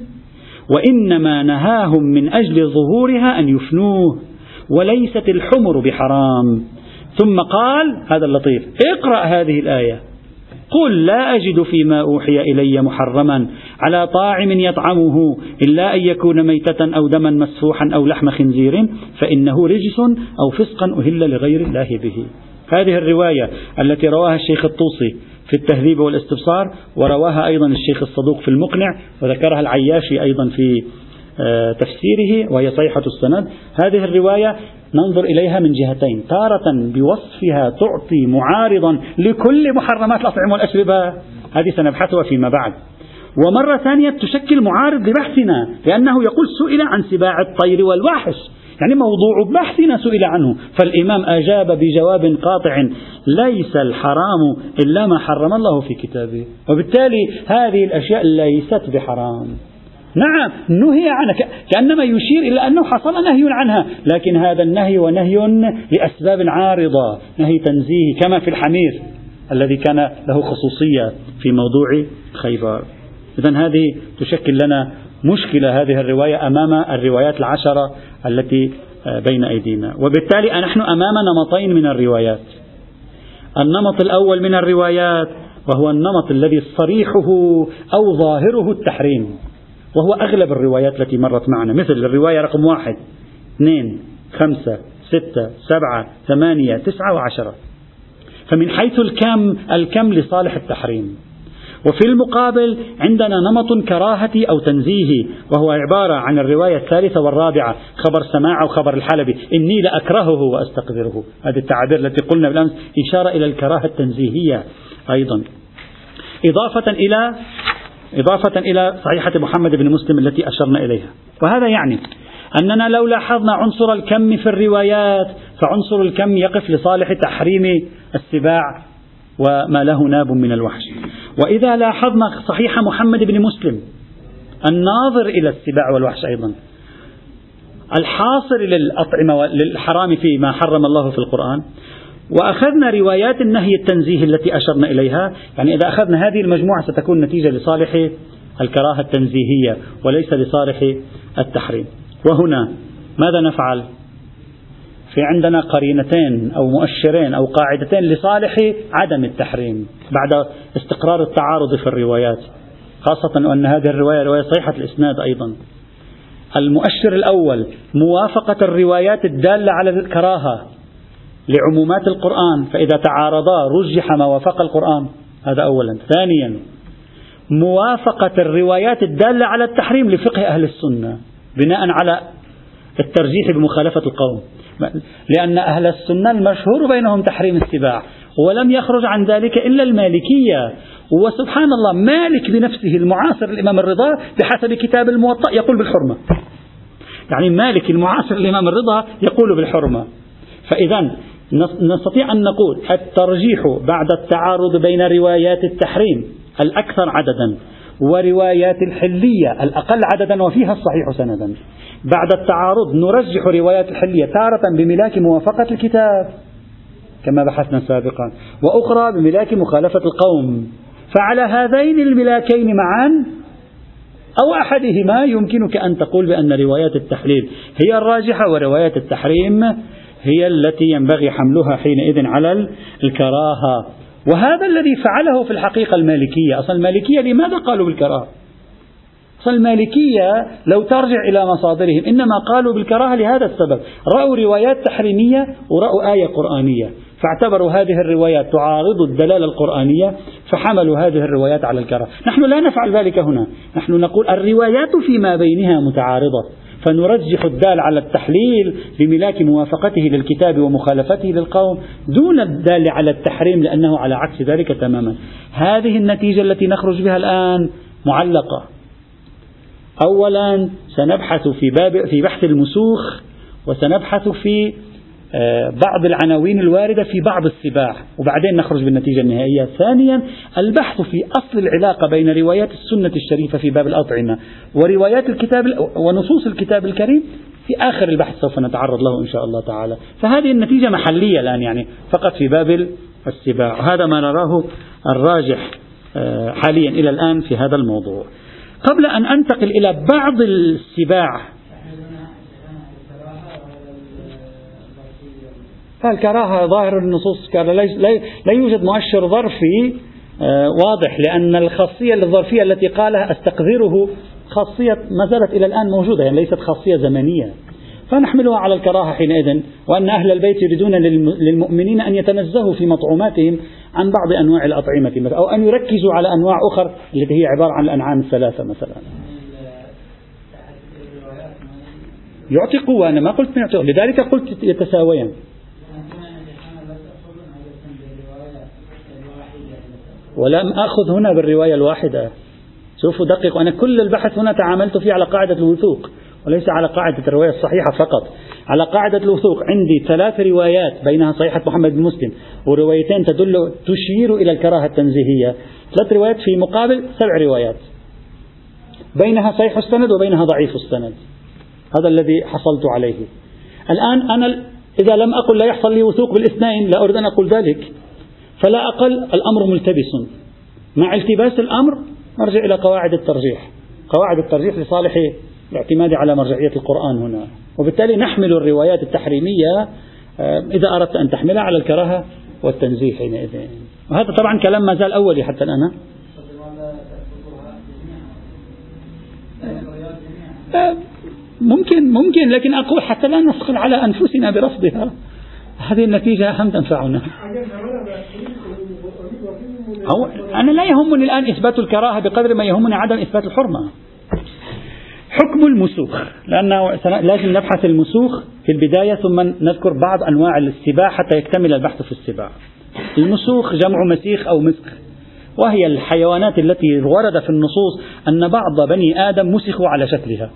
وإنما نهاهم من أجل ظهورها أن يفنوه، وليست الحمر بحرام. ثم قال هذا اللطيف: اقرأ هذه الآية: قل لا أجد فيما أوحي إلي محرما على طاعم يطعمه إلا أن يكون ميتة أو دما مسفوحا أو لحم خنزير فإنه رجس أو فسقا أهل لغير الله به. هذه الرواية التي رواها الشيخ الطوسي في التهذيب والاستبصار، ورواها أيضا الشيخ الصدوق في المقنع، وذكرها العياشي أيضا في تفسيره، وهي صحيحة السند. هذه الرواية ننظر إليها من جهتين: تارة بوصفها تعطي معارضا لكل محرمات الأطعمة والأشربة، هذه سنبحثها فيما بعد، ومرة ثانية تشكل معارض لبحثنا، لأنه يقول سئل عن سباع الطير والوحش، يعني موضوع بحثنا سئل عنه، فالإمام أجاب بجواب قاطع: ليس الحرام إلا ما حرم الله في كتابه، وبالتالي هذه الأشياء ليست بحرام. نعم نهي عنها، كأنما يشير إلى أنه حصل نهي عنها، لكن هذا النهي ونهي لأسباب عارضة، نهي تنزيه، كما في الحمير الذي كان له خصوصية في موضوع خيبر. إذن هذه تشكل لنا مشكلة، هذه الرواية أمام الروايات العشرة التي بين أيدينا، وبالتالي نحن أمام نمطين من الروايات. النمط الأول من الروايات وهو النمط الذي صريحه أو ظاهره التحريم، وهو أغلب الروايات التي مرت معنا، مثل الرواية رقم 1 2 5 6 7 8 9 و10. فمن حيث الكم لصالح التحريم. وفي المقابل عندنا نمط كراهة أو تنزيه، وهو عبارة عن الرواية الثالثة والرابعة، خبر سماع أو خبر الحلبي: إني لأكرهه وأستقذره. هذه التعابير التي قلنا بالأمس إشارة إلى الكراهة التنزيهية أيضا، إضافة إلى صحيحة محمد بن مسلم التي أشرنا إليها. وهذا يعني أننا لو لاحظنا عنصر الكم في الروايات، فعنصر الكم يقف لصالح تحريم السباع وما له ناب من الوحش. وإذا لاحظنا صحيح محمد بن مسلم الناظر إلى السباع والوحش أيضا، الحاصر للأطعمة للحرام فيما حرم الله في القرآن، وأخذنا روايات النهي التنزيهي التي أشرنا إليها. يعني إذا أخذنا هذه المجموعة ستكون نتيجة لصالح الكراهة التنزيهية وليس لصالح التحريم. وهنا ماذا نفعل؟ في عندنا قرينتين أو مؤشرين أو قاعدتين لصالح عدم التحريم بعد استقرار التعارض في الروايات، خاصة أن هذه الرواية رواية صحيحة الإسناد أيضا. المؤشر الأول موافقة الروايات الدالة على الكراهة لعمومات القرآن، فإذا تعارضا رجح ما وافق القرآن، هذا أولا. ثانيا موافقة الروايات الدالة على التحريم لفقه أهل السنة بناء على الترجيح بمخالفة القوم، لأن أهل السنة المشهور بينهم تحريم السباع، ولم يخرج عن ذلك إلا المالكية. وسبحان الله مالك بنفسه المعاصر الإمام الرضا بحسب كتاب الموطأ يقول بالحرمة، يعني مالك المعاصر الإمام الرضا يقول بالحرمة. فإذا نستطيع أن نقول الترجيح بعد التعارض بين روايات التحريم الأكثر عددا وروايات الحلية الأقل عددا وفيها الصحيح سندا، بعد التعارض نرجح روايات الحلية تارة بملاك موافقة الكتاب كما بحثنا سابقا، وأخرى بملاك مخالفة القوم. فعلى هذين الملاكين معا أو أحدهما يمكنك أن تقول بأن روايات التحليل هي الراجحة وروايات التحريم هي التي ينبغي حملها حينئذ على الكراهة. وهذا الذي فعله في الحقيقة المالكية. أصلا المالكية لماذا قالوا بالكراهة؟ أصلا المالكية لو ترجع إلى مصادرهم إنما قالوا بالكراهة لهذا السبب: رأوا روايات تحريمية ورأوا آية قرآنية، فاعتبروا هذه الروايات تعارض الدلالة القرآنية فحملوا هذه الروايات على الكراهة. نحن لا نفعل ذلك هنا، نحن نقول الروايات فيما بينها متعارضة، فنرجح الدال على التحليل بملاك موافقته للكتاب ومخالفته للقوم دون الدال على التحريم، لأنه على عكس ذلك تماما. هذه النتيجة التي نخرج بها الآن معلقة. أولا سنبحث في بحث المسوخ، وسنبحث في بعض العناوين الواردة في بعض السباع، وبعدين نخرج بالنتيجة النهائية. ثانيا البحث في أصل العلاقة بين روايات السنة الشريفة في باب الأطعمة وروايات الكتاب ونصوص الكتاب الكريم في آخر البحث سوف نتعرض له إن شاء الله تعالى. فهذه النتيجة محلية الآن، يعني فقط في باب السباع. هذا ما نراه الراجح حاليا إلى الآن في هذا الموضوع. قبل أن أنتقل إلى بعض السباع، فالكراهة ظاهر النصوص لا يوجد مؤشر ظرفي واضح، لأن الخاصية الظرفية التي قالها أستقذره خاصية ما زالت إلى الآن موجودة، يعني ليست خاصية زمنية، فنحملها على الكراهة حينئذ. وأن أهل البيت يريدون للمؤمنين أن يتنزهوا في مطعوماتهم عن بعض أنواع الأطعمة، أو أن يركزوا على أنواع أخرى التي هي عبارة عن الأنعام الثلاثة مثلا. يعطي قوة، أنا ما قلت يعطي، لذلك قلت يتساويان. ولم أخذ هنا بالرواية الواحدة. شوفوا دقيق، أنا كل البحث هنا تعاملت فيه على قاعدة الوثوق وليس على قاعدة الرواية الصحيحة فقط. على قاعدة الوثوق عندي 3 روايات بينها صحيحة محمد بن مسلم وروايتين تشير إلى الكراهة التنزيهية، 3 روايات في مقابل 7 روايات بينها صحيح السند وبينها ضعيف السند. هذا الذي حصلت عليه. الآن أنا إذا لم أقل لا يحصل لي وثوق بالاثنين لا أريد أن أقول ذلك، فلا أقل الأمر ملتبس. مع التباس الأمر نرجع إلى قواعد الترجيح، قواعد الترجيح لصالح الاعتماد على مرجعية القرآن هنا، وبالتالي نحمل الروايات التحريمية إذا أردت أن تحملها على الكراهة والتنزيه حينئذ. وهذا طبعا كلام ما زال أولي حتى الآن. ممكن لكن أقول حتى لا نثقل على أنفسنا برفضها، هذه النتيجة أهم تنفعنا. أنا لا يهمني الآن إثبات الكراهة بقدر ما يهمني عدم إثبات الحرمة. حكم المسوخ، لأنه لازم نبحث المسوخ في البداية ثم نذكر بعض أنواع السباع حتى يكتمل البحث في السباع. المسوخ جمع مسيخ أو مسخ، وهي الحيوانات التي ورد في النصوص أن بعض بني آدم مسخوا على شكلها.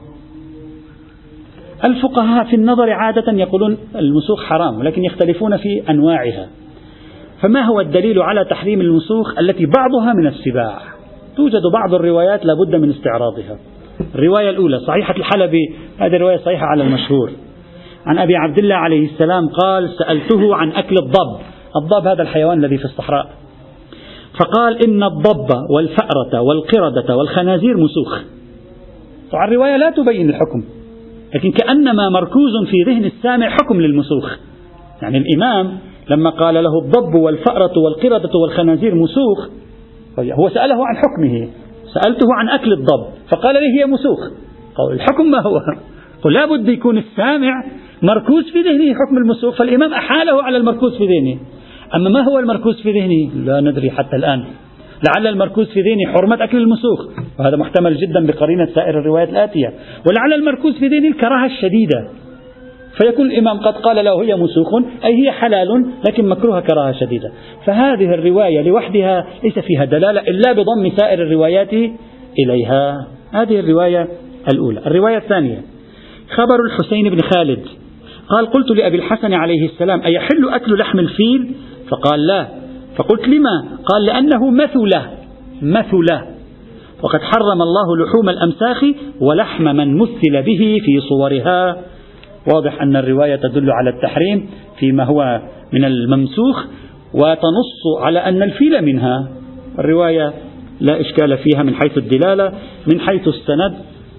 الفقهاء في النظر عادة يقولون المسوخ حرام، ولكن يختلفون في أنواعها. فما هو الدليل على تحريم المسوخ التي بعضها من السباع؟ توجد بعض الروايات لابد من استعراضها. الرواية الأولى صحيحة الحلبي، هذه الرواية صحيحة على المشهور، عن أبي عبد الله عليه السلام قال: سألته عن أكل الضب. الضب هذا الحيوان الذي في الصحراء، فقال: إن الضب والفأرة والقردة والخنازير مسوخ. طبعا الرواية لا تبين الحكم، لكن كأنما مركوز في ذهن السامع حكم للمسوخ. يعني الإمام لما قال له الضب والفأرة والقردة والخنازير مسوخ، هو سأله عن حكمه، سألته عن أكل الضب فقال لي هي مسوخ. قال الحكم ما هو؟ قل لا بد يكون السامع مركوز في ذهنه حكم المسوخ، فالإمام أحاله على المركوز في ذهنه. أما ما هو المركوز في ذهنه لا ندري حتى الآن. لعل المركوز في ذهنه حرمة أكل المسوخ، وهذا محتمل جدا بقرينة سائر الروايات الآتية، ولعل المركوز في ذهنه الكراهة الشديدة، فيكون الإمام قد قال له هي مسوخ أي هي حلال لكن مكروهة كراهة شديدة. فهذه الرواية لوحدها ليس فيها دلالة إلا بضم سائر الروايات إليها. هذه الرواية الأولى. الرواية الثانية خبر الحسين بن خالد قال: قلت لأبي الحسن عليه السلام: أيحل أكل لحم الفيل؟ فقال: لا. فقلت: لما؟ قال: لأنه مثلة، وقد حرم الله لحوم الأمساخ ولحم من مثل به في صورها. واضح أن الرواية تدل على التحريم فيما هو من الممسوخ، وتنص على أن الفيل منها. الرواية لا إشكال فيها من حيث الدلالة. من حيث السند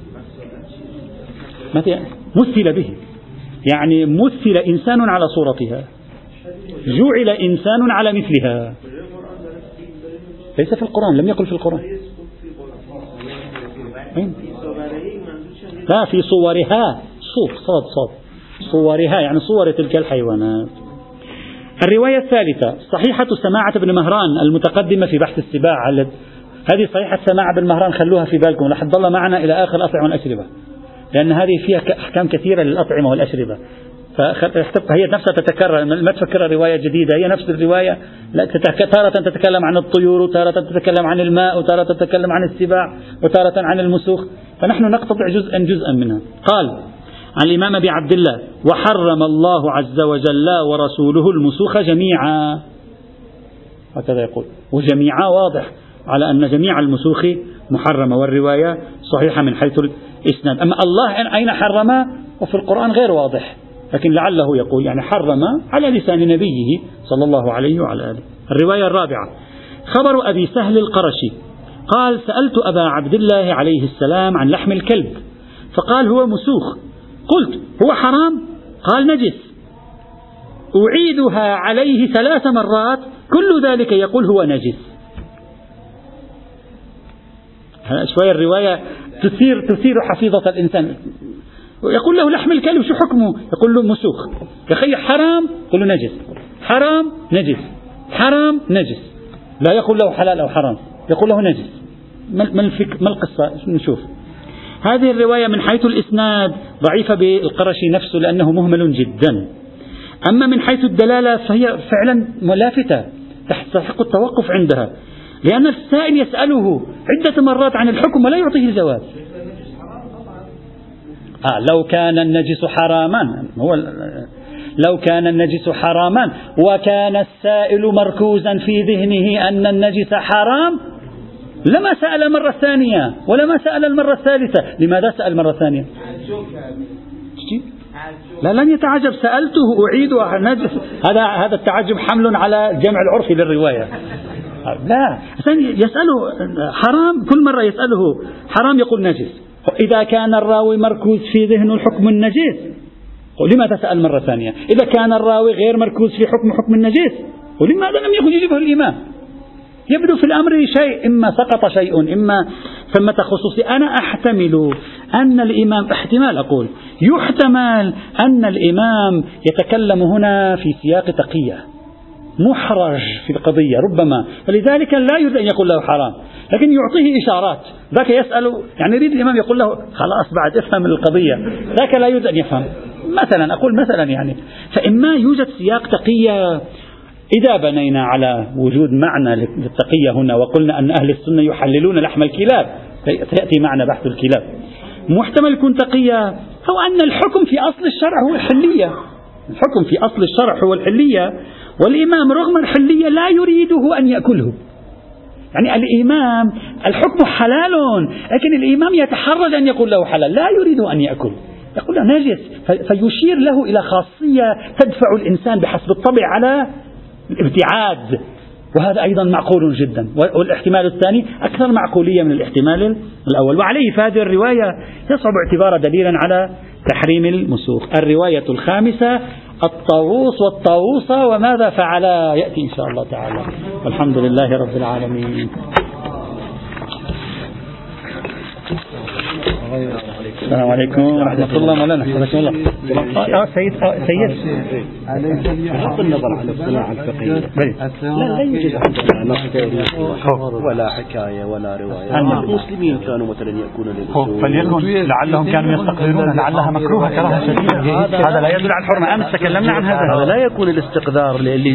مثل به، يعني مثل إنسان على صورتها، جعل إنسان على مثلها. ليس في القرآن، لم يقل في القرآن. لا، في صورها، صاد صورها يعني صور تلك الحيوانات. الرواية الثالثة صحيحة سماعة بن مهران المتقدمة في بحث السباع. هذه صحيحة سماعة بن مهران، خلوها في بالكم رح تضل معنا إلى آخر الأطعمة والأشربة، لأن هذه فيها أحكام كثيرة للأطعمة والأشربة، فهي نفسها تتكرر، ما تفكر رواية جديدة، هي نفس الرواية. تارة تتكلم عن الطيور، وتارة تتكلم عن الماء، وتارة تتكلم عن السباع، وتارة عن المسوخ، فنحن نقتطع جزءا منها. قال عن الإمام أبي عبد الله: وحرم الله عز وجل ورسوله المسوخ جميعا. هكذا يقول، وجميعا واضح على أن جميع المسوخ محرمة، والرواية صحيحة من حيث الإسناد. أما الله أين حرم؟ وفي القرآن غير واضح، لكن لعله يقول يعني حرم على لسان نبيه صلى الله عليه وعلى آله. الرواية الرابعة خبر أبي سهل القرشي قال: سألت أبا عبد الله عليه السلام عن لحم الكلب، فقال: هو مسوخ. قلت: هو حرام؟ قال: نجس. أعيدها عليه 3 مرات، كل ذلك يقول هو نجس. شوية الرواية تثير حفيظة الإنسان. يقول له: لحم الكلب شو حكمه؟ يقول له: مسوخ. يخي حرام؟ يقول له: نجس. حرام؟ نجس. حرام؟ نجس. لا يقول له حلال أو حرام، يقول له نجس. ما القصة؟ نشوف. هذه الرواية من حيث الإسناد ضعيفة بالقرشي نفسه لأنه مهمل جدا. أما من حيث الدلالة فهي فعلا ملافتة تستحق التوقف عندها، لأن السائل يسأله عدة مرات عن الحكم ولا يعطيه الجواب. لو كان النجس حراما، لو كان النجس حراما وكان السائل مركوزا في ذهنه أن النجس حرام لما سأل مرة ثانية ولما سأل المرة الثالثة. لماذا سأل مرة ثانية؟ لا، لن يتعجب. سألته أعيدها نجس. هذا التعجب حمل على جمع العرف للرواية. لا، يسأله حرام، كل مرة يسأله حرام يقول نجس. إذا كان الراوي مركوز في ذهنه الحكم النجس، لماذا سأل مرة ثانية؟ إذا كان الراوي غير مركوز في حكم النجس، ولماذا لم يجيبه الإمام؟ يبدو في الأمر شيء، إما سقط شيء، إما ثمة خصوصي. أنا أحتمل أن الإمام، احتمال أقول يحتمل أن الإمام يتكلم هنا في سياق تقية، محرج في القضية ربما، فلذلك لا يريد أن يقول له حرام، لكن يعطيه إشارات. ذاك يسأل، يعني يريد الإمام يقول له خلاص بعد افهم القضية، ذاك لا يريد أن يفهم. مثلا أقول مثلا يعني، فإما يوجد سياق تقية. إذا بنينا على وجود معنى للتقية هنا وقلنا أن أهل السنة يحللون لحم الكلاب، سيأتي معنا بحث الكلاب، محتمل يكون تقية، أو أن الحكم في أصل الشرع هو الحلية. الحكم في أصل الشرع هو الحلية، والإمام رغم الحلية لا يريده أن يأكله، يعني الإمام الحكم حلال، لكن الإمام يتحرج أن يقول له حلال، لا يريد أن يأكل، يقول له نجس، فيشير له إلى خاصية تدفع الإنسان بحسب الطبع على الابتعاد، وهذا أيضا معقول جدا. والاحتمال الثاني أكثر معقولية من الاحتمال الأول، وعليه فهذه الرواية يصعب اعتبارها دليلا على تحريم المسوخ. الرواية الخامسة الطاووس والطاووسة وماذا فعلا، يأتي إن شاء الله تعالى. والحمد لله رب العالمين. السلام عليكم ورحمة الله. مولانا حياكم الله. سيد بغض النظر عن الصناعة الفقهية لا يوجد عندنا ولا حكاية ولا رواية. المسلمين كانوا مثلا يأكلون للأصول، فليكن لعلهم كانوا يستقذرون، لعلها مكروهة كراهة شديدة. هذا لا يدل على الحرمة. أمس تكلمنا عن هذا. لا يكون الاستقذار